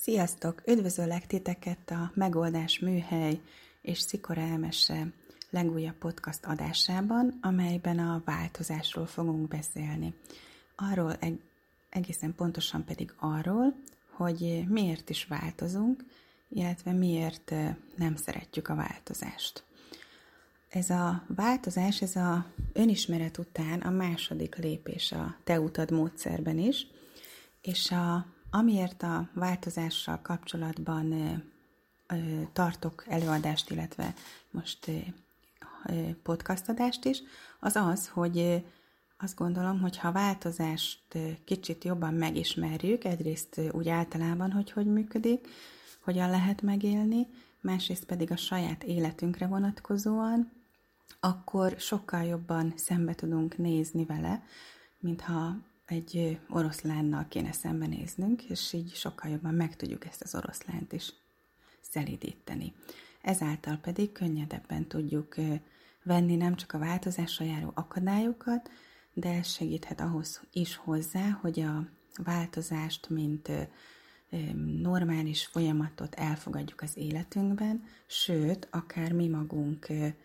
Sziasztok! Üdvözöllek titeket a Megoldás Műhely és Szikora Elmese legújabb podcast adásában, amelyben a változásról fogunk beszélni. Arról, egészen pontosan pedig arról, hogy miért is változunk, illetve miért nem szeretjük a változást. Ez a változás, ez a önismeret után a második lépés a Te utad módszerben is, és amiért a változással kapcsolatban tartok előadást, illetve most podcastadást is, az az, hogy azt gondolom, hogy ha a változást kicsit jobban megismerjük, egyrészt úgy általában, hogy működik, hogyan lehet megélni, másrészt pedig a saját életünkre vonatkozóan, akkor sokkal jobban szembe tudunk nézni vele, mintha egy oroszlánnal kéne szembenéznünk, és így sokkal jobban meg tudjuk ezt az oroszlánt is szelídíteni. Ezáltal pedig könnyedebben tudjuk venni nem csak a változásra járó akadályokat, de ez segíthet ahhoz is hozzá, hogy a változást, mint normális folyamatot elfogadjuk az életünkben, sőt, akár mi magunk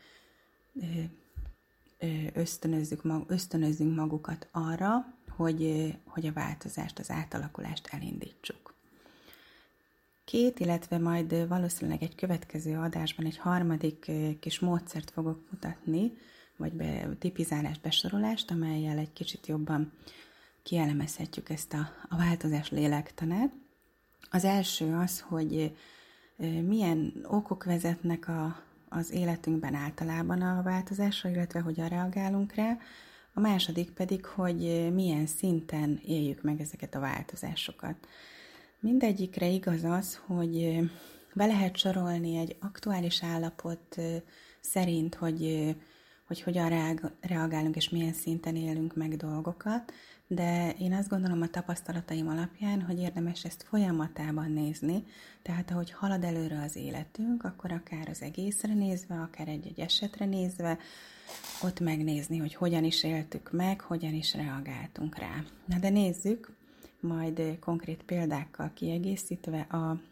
ösztönözzünk magukat arra, hogy a változást, az átalakulást elindítsuk. Illetve majd valószínűleg egy következő adásban egy harmadik kis módszert fogok mutatni, vagy tipizálás, besorolást, amellyel egy kicsit jobban kielemezhetjük ezt a változás lélektanát. Az első az, hogy milyen okok vezetnek az életünkben általában a változásra, illetve hogyan reagálunk rá. A második pedig, hogy milyen szinten éljük meg ezeket a változásokat. Mindegyikre igaz az, hogy be lehet sorolni egy aktuális állapot szerint, hogy hogyan reagálunk és milyen szinten élünk meg dolgokat, de én azt gondolom a tapasztalataim alapján, hogy érdemes ezt folyamatában nézni, tehát ahogy halad előre az életünk, akkor akár az egészre nézve, akár egy-egy esetre nézve, ott megnézni, hogy hogyan is éltük meg, hogyan is reagáltunk rá. Na de nézzük, majd konkrét példákkal kiegészítve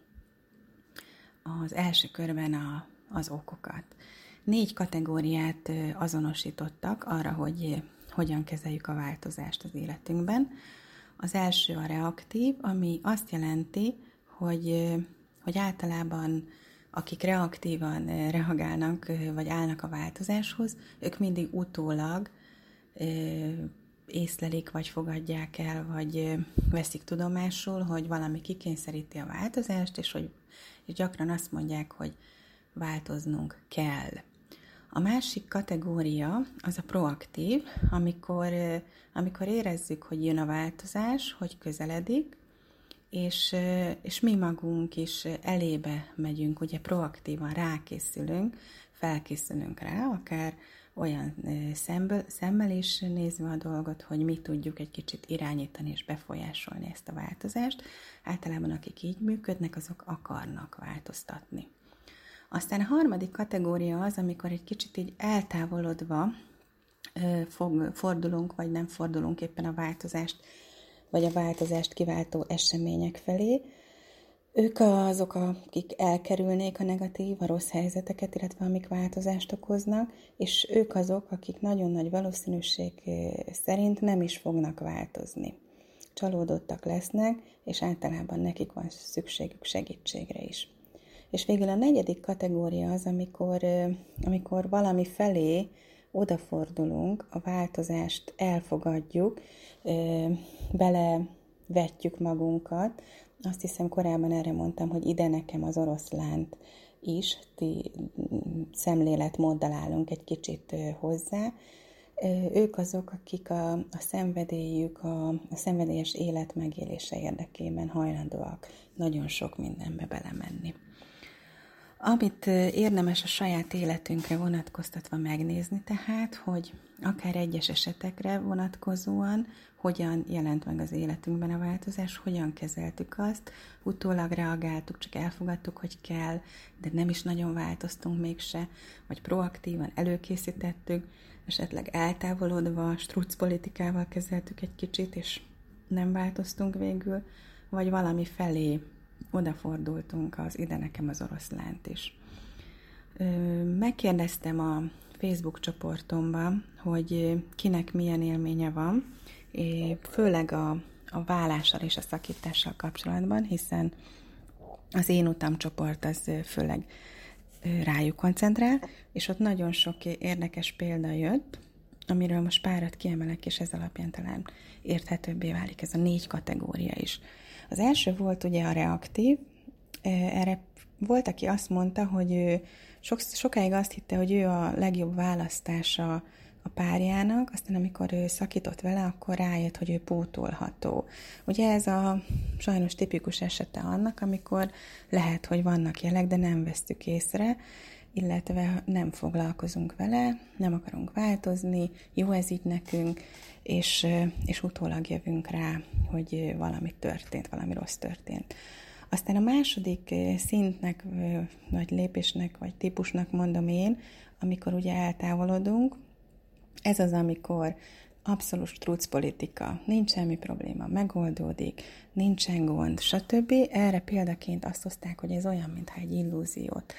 az első körben az okokat. 4 kategóriát azonosítottak arra, hogy hogyan kezeljük a változást az életünkben. Az első a reaktív, ami azt jelenti, hogy általában akik reaktívan reagálnak, vagy állnak a változáshoz, ők mindig utólag észlelik, vagy fogadják el, vagy veszik tudomásul, hogy valami kikényszeríti a változást, és gyakran azt mondják, hogy változnunk kell. A másik kategória az a proaktív, amikor érezzük, hogy jön a változás, hogy közeledik, és mi magunk is elébe megyünk, ugye proaktívan rákészülünk, felkészülünk rá, akár olyan szemmel is nézve a dolgot, hogy mi tudjuk egy kicsit irányítani és befolyásolni ezt a változást. Általában akik így működnek, azok akarnak változtatni. Aztán a harmadik kategória az, amikor egy kicsit így eltávolodva fordulunk, vagy nem fordulunk éppen a változást, vagy a változást kiváltó események felé. Ők azok, akik elkerülnék a negatív, a rossz helyzeteket, illetve amik változást okoznak, és ők azok, akik nagyon nagy valószínűség szerint nem is fognak változni. Csalódottak lesznek, és általában nekik van szükségük segítségre is. És végül a negyedik kategória az, amikor valami felé odafordulunk, a változást elfogadjuk, belevetjük magunkat. Azt hiszem korábban erre mondtam, hogy ide nekem az oroszlánt is, szemléletmóddal állunk egy kicsit hozzá. Ők azok, akik a szenvedélyük, a szenvedélyes élet megélése érdekében hajlandóak nagyon sok mindenbe belemenni. Amit érdemes a saját életünkre vonatkoztatva megnézni, tehát, hogy akár egyes esetekre vonatkozóan, hogyan jelent meg az életünkben a változás, hogyan kezeltük azt, utólag reagáltuk, csak elfogadtuk, hogy kell, de nem is nagyon változtunk mégse, vagy proaktívan előkészítettük, esetleg eltávolodva, struc politikával kezeltük egy kicsit, és nem változtunk végül, vagy valami felé odafordultunk az Ide nekem az oroszlánt is. Megkérdeztem a Facebook csoportomban, hogy kinek milyen élménye van, főleg a vállással és a szakítással kapcsolatban, hiszen az Én utam csoport az főleg rájuk koncentrál, és ott nagyon sok érdekes példa jött, amiről most párat kiemelek, és ez alapján talán érthetőbbé válik ez a 4 kategória is. Az első volt ugye a reaktív, erre volt, aki azt mondta, hogy ő sokáig azt hitte, hogy ő a legjobb választása a párjának, aztán amikor ő szakított vele, akkor rájött, hogy ő pótolható. Ugye ez a sajnos tipikus esete annak, amikor lehet, hogy vannak jelek, de nem vesztük észre, illetve nem foglalkozunk vele, nem akarunk változni, jó ez így nekünk, és utólag jövünk rá, hogy valami történt, valami rossz történt. Aztán a második szintnek, vagy lépésnek, vagy típusnak mondom én, amikor ugye eltávolodunk, ez az, amikor abszolút struccpolitika, nincs semmi probléma, megoldódik, nincsen gond, stb. Erre példaként azt hozták, hogy ez olyan, mintha egy illúziót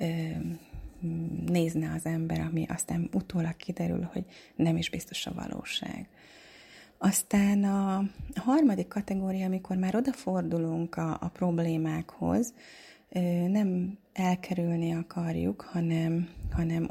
nézne az ember, ami aztán utólag kiderül, hogy nem is biztos a valóság. Aztán a harmadik kategória, amikor már odafordulunk a problémákhoz, nem elkerülni akarjuk, hanem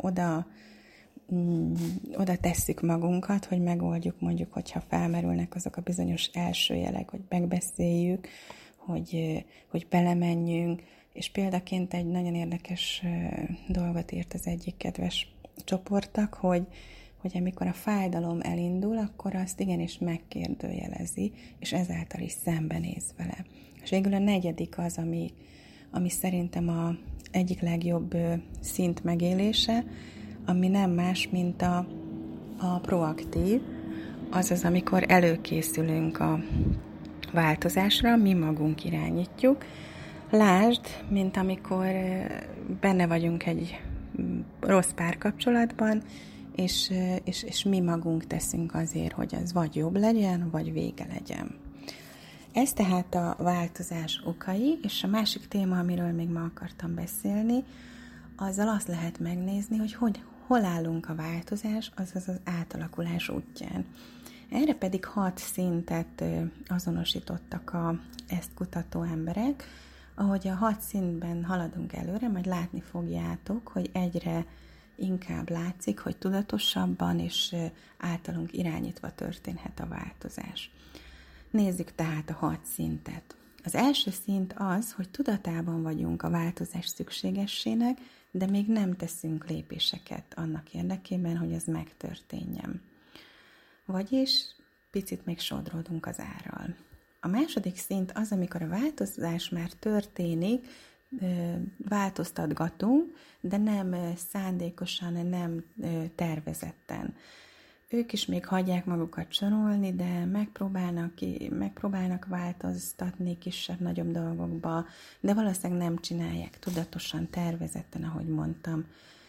oda tesszük magunkat, hogy megoldjuk, mondjuk, hogyha felmerülnek azok a bizonyos első jelek, hogy megbeszéljük, hogy belemenjünk, és példaként egy nagyon érdekes dolgot írt az egyik kedves csoportnak, hogy amikor a fájdalom elindul, akkor azt igenis megkérdőjelezi, és ezáltal is szembenéz vele. És végül a negyedik az, ami szerintem a egyik legjobb szint megélése, ami nem más, mint a proaktív, azaz, amikor előkészülünk a változásra, mi magunk irányítjuk. Lásd, mint amikor benne vagyunk egy rossz párkapcsolatban, és mi magunk teszünk azért, hogy az vagy jobb legyen, vagy vége legyen. Ez tehát a változás okai, és a másik téma, amiről még ma akartam beszélni, azzal azt lehet megnézni, hogy hol állunk a változás, azaz az átalakulás útján. Erre pedig 6 szintet azonosítottak ezt kutató emberek. Ahogy a 6 szintben haladunk előre, majd látni fogjátok, hogy egyre inkább látszik, hogy tudatosabban és általunk irányítva történhet a változás. Nézzük tehát a 6 szintet. Az első szint az, hogy tudatában vagyunk a változás szükségessének, de még nem teszünk lépéseket annak érdekében, hogy ez megtörténjen. Vagyis picit még sodródunk az árral. A második szint az, amikor a változás már történik, változtatgatunk, de nem szándékosan, nem tervezetten. Ők is még hagyják magukat csorolni, de megpróbálnak változtatni kisebb-nagyobb dolgokba, de valószínűleg nem csinálják tudatosan, tervezetten, ahogy mondtam,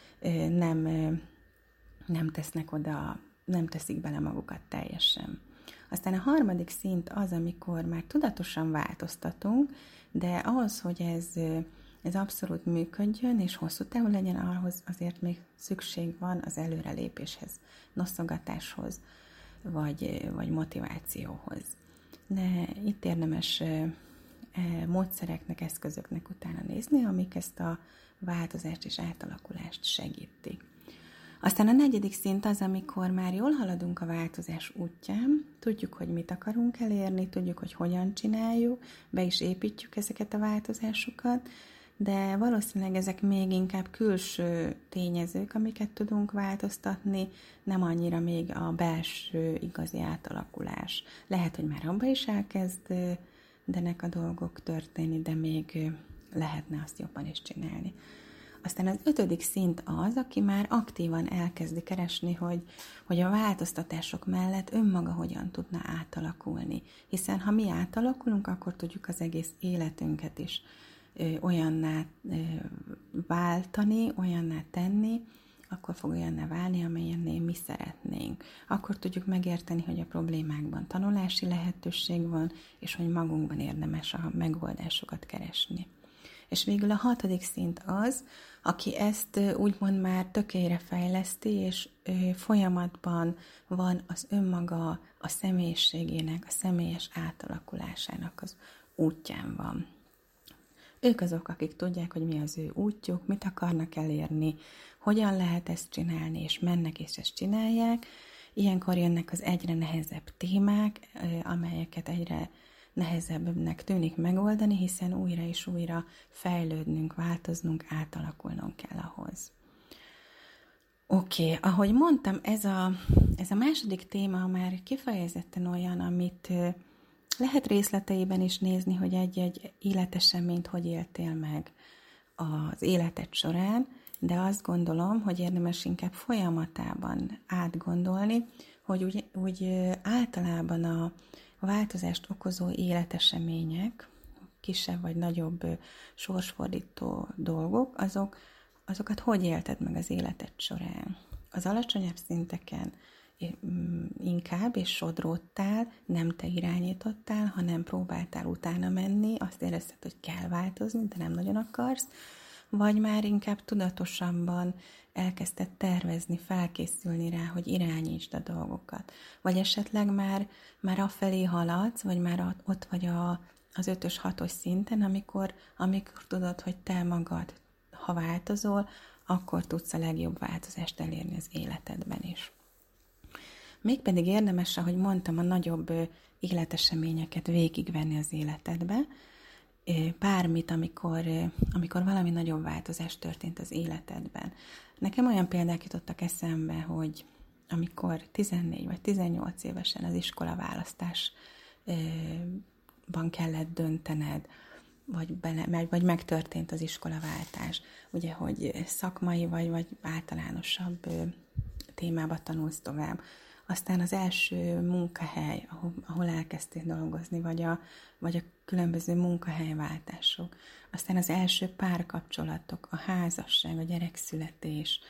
nem tesznek oda, nem teszik bele magukat teljesen. Aztán a harmadik szint az, amikor már tudatosan változtatunk, de ahhoz, hogy ez abszolút működjön, és hosszú távú legyen, ahhoz azért még szükség van az előrelépéshez, noszogatáshoz, vagy motivációhoz. De itt érdemes módszereknek, eszközöknek utána nézni, amik ezt a változást és átalakulást segítik. Aztán a negyedik szint az, amikor már jól haladunk a változás útján, tudjuk, hogy mit akarunk elérni, tudjuk, hogy hogyan csináljuk, be is építjük ezeket a változásokat, de valószínűleg ezek még inkább külső tényezők, amiket tudunk változtatni, nem annyira még a belső igazi átalakulás. Lehet, hogy már abban is elkezdenek a dolgok történni, de még lehetne azt jobban is csinálni. Aztán az 5. szint az, aki már aktívan elkezdi keresni, hogy a változtatások mellett önmaga hogyan tudna átalakulni. Hiszen ha mi átalakulunk, akkor tudjuk az egész életünket is olyanná váltani, olyanná tenni, akkor fog olyanná válni, amelyennél mi szeretnénk. Akkor tudjuk megérteni, hogy a problémákban tanulási lehetőség van, és hogy magunkban érdemes a megoldásokat keresni. És végül a 6. szint az, aki ezt úgymond már tökére fejleszti, és folyamatban van az önmaga, a személyiségének, a személyes átalakulásának az útján van. Ők azok, akik tudják, hogy mi az ő útjuk, mit akarnak elérni, hogyan lehet ezt csinálni, és mennek és ezt csinálják. Ilyenkor jönnek az egyre nehezebb témák, amelyeket egyre nehezebbnek tűnik megoldani, hiszen újra és újra fejlődnünk, változnunk, átalakulnunk kell ahhoz. Oké, ahogy mondtam, ez a második téma már kifejezetten olyan, amit lehet részleteiben is nézni, hogy egy életeseményt hogy éltél meg az életed során, de azt gondolom, hogy érdemes inkább folyamatában átgondolni, hogy úgy általában a változást okozó életesemények, kisebb vagy nagyobb sorsfordító dolgok, azokat hogy élted meg az életed során. Az alacsonyabb szinteken inkább, és sodródtál, nem te irányítottál, hanem próbáltál utána menni, azt érezted, hogy kell változni, de nem nagyon akarsz, vagy már inkább tudatosabban elkezdted tervezni, felkészülni rá, hogy irányítsd a dolgokat. Vagy esetleg már afelé haladsz, vagy már ott vagy az 5-ös, 6-os szinten, amikor tudod, hogy te magad, ha változol, akkor tudsz a legjobb változást elérni az életedben is. Mégpedig érdemes, ahogy mondtam, a nagyobb életeseményeket végigvenni az életedbe, bármit, amikor valami nagyobb változás történt az életedben. Nekem olyan példák jutottak eszembe, hogy amikor 14 vagy 18 évesen az iskolaválasztásban kellett döntened, vagy megtörtént az iskolaváltás, ugye, hogy szakmai vagy általánosabb témába tanulsz tovább. Aztán az első munkahely, ahol elkezdtél dolgozni, vagy a különböző munkahelyváltások. Aztán az első párkapcsolatok, a házasság, a gyerekszületés,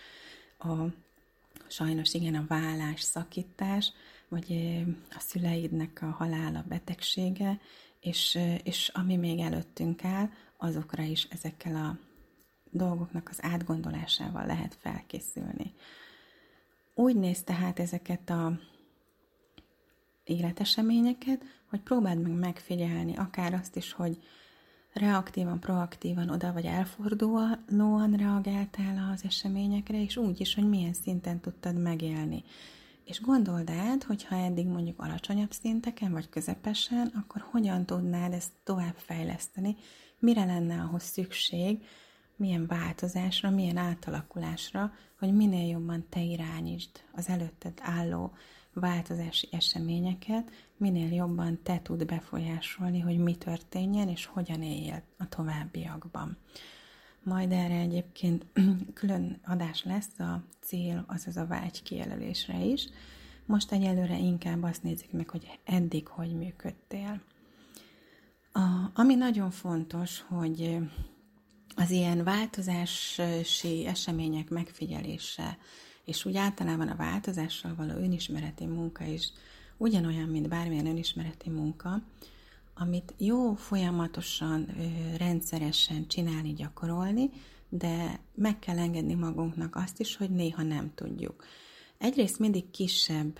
sajnos igen, a vállás, szakítás, vagy a szüleidnek a halála, betegsége, és ami még előttünk áll, azokra is ezekkel a dolgoknak az átgondolásával lehet felkészülni. Úgy néz tehát ezeket a életeseményeket, hogy próbáld meg megfigyelni, akár azt is, hogy reaktívan, proaktívan oda vagy elfordulóan reagáltál az eseményekre, és úgy is, hogy milyen szinten tudtad megélni. És gondold át, hogyha eddig mondjuk alacsonyabb szinteken, vagy közepesen, akkor hogyan tudnád ezt továbbfejleszteni, mire lenne ahhoz szükség, milyen változásra, milyen átalakulásra, hogy minél jobban te irányítsd az előtted álló változási eseményeket, minél jobban te tud befolyásolni, hogy mi történjen, és hogyan éljél a továbbiakban. Majd erre egyébként külön adás lesz a cél, azaz a vágy kijelölésre is. Most egyelőre inkább azt nézzük meg, hogy eddig hogy működtél. Ami nagyon fontos, hogy az ilyen változási események megfigyelése, és úgy általában a változással való önismereti munka is ugyanolyan, mint bármilyen önismereti munka, amit jó folyamatosan, rendszeresen csinálni, gyakorolni, de meg kell engedni magunknak azt is, hogy néha nem tudjuk. Egyrészt mindig kisebb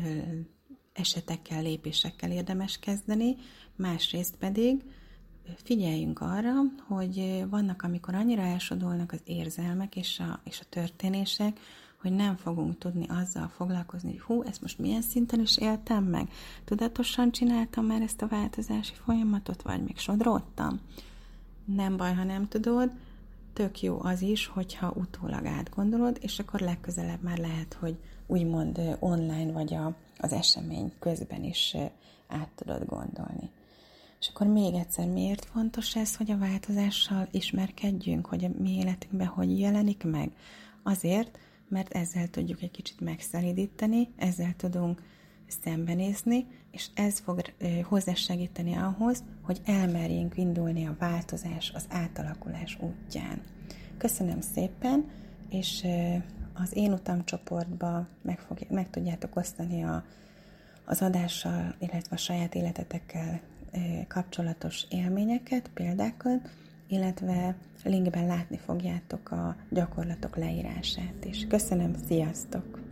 esetekkel, lépésekkel érdemes kezdeni, másrészt pedig figyeljünk arra, hogy vannak, amikor annyira elsodolnak az érzelmek és a történések, hogy nem fogunk tudni azzal foglalkozni, hogy ezt most milyen szinten is éltem meg? Tudatosan csináltam már ezt a változási folyamatot, vagy még sodródtam? Nem baj, ha nem tudod, tök jó az is, hogyha utólag átgondolod, és akkor legközelebb már lehet, hogy úgymond online vagy az esemény közben is át tudod gondolni. És akkor még egyszer, miért fontos ez, hogy a változással ismerkedjünk, hogy a mi életünkben hogy jelenik meg? Azért, mert ezzel tudjuk egy kicsit megszelídíteni, ezzel tudunk szembenézni, és ez fog hozzásegíteni ahhoz, hogy elmerjünk indulni a változás, az átalakulás útján. Köszönöm szépen, és az Én Utam csoportba meg tudjátok osztani az adással, illetve a saját életetekkel kapcsolatos élményeket, példákat, illetve linkben látni fogjátok a gyakorlatok leírását is. Köszönöm, sziasztok!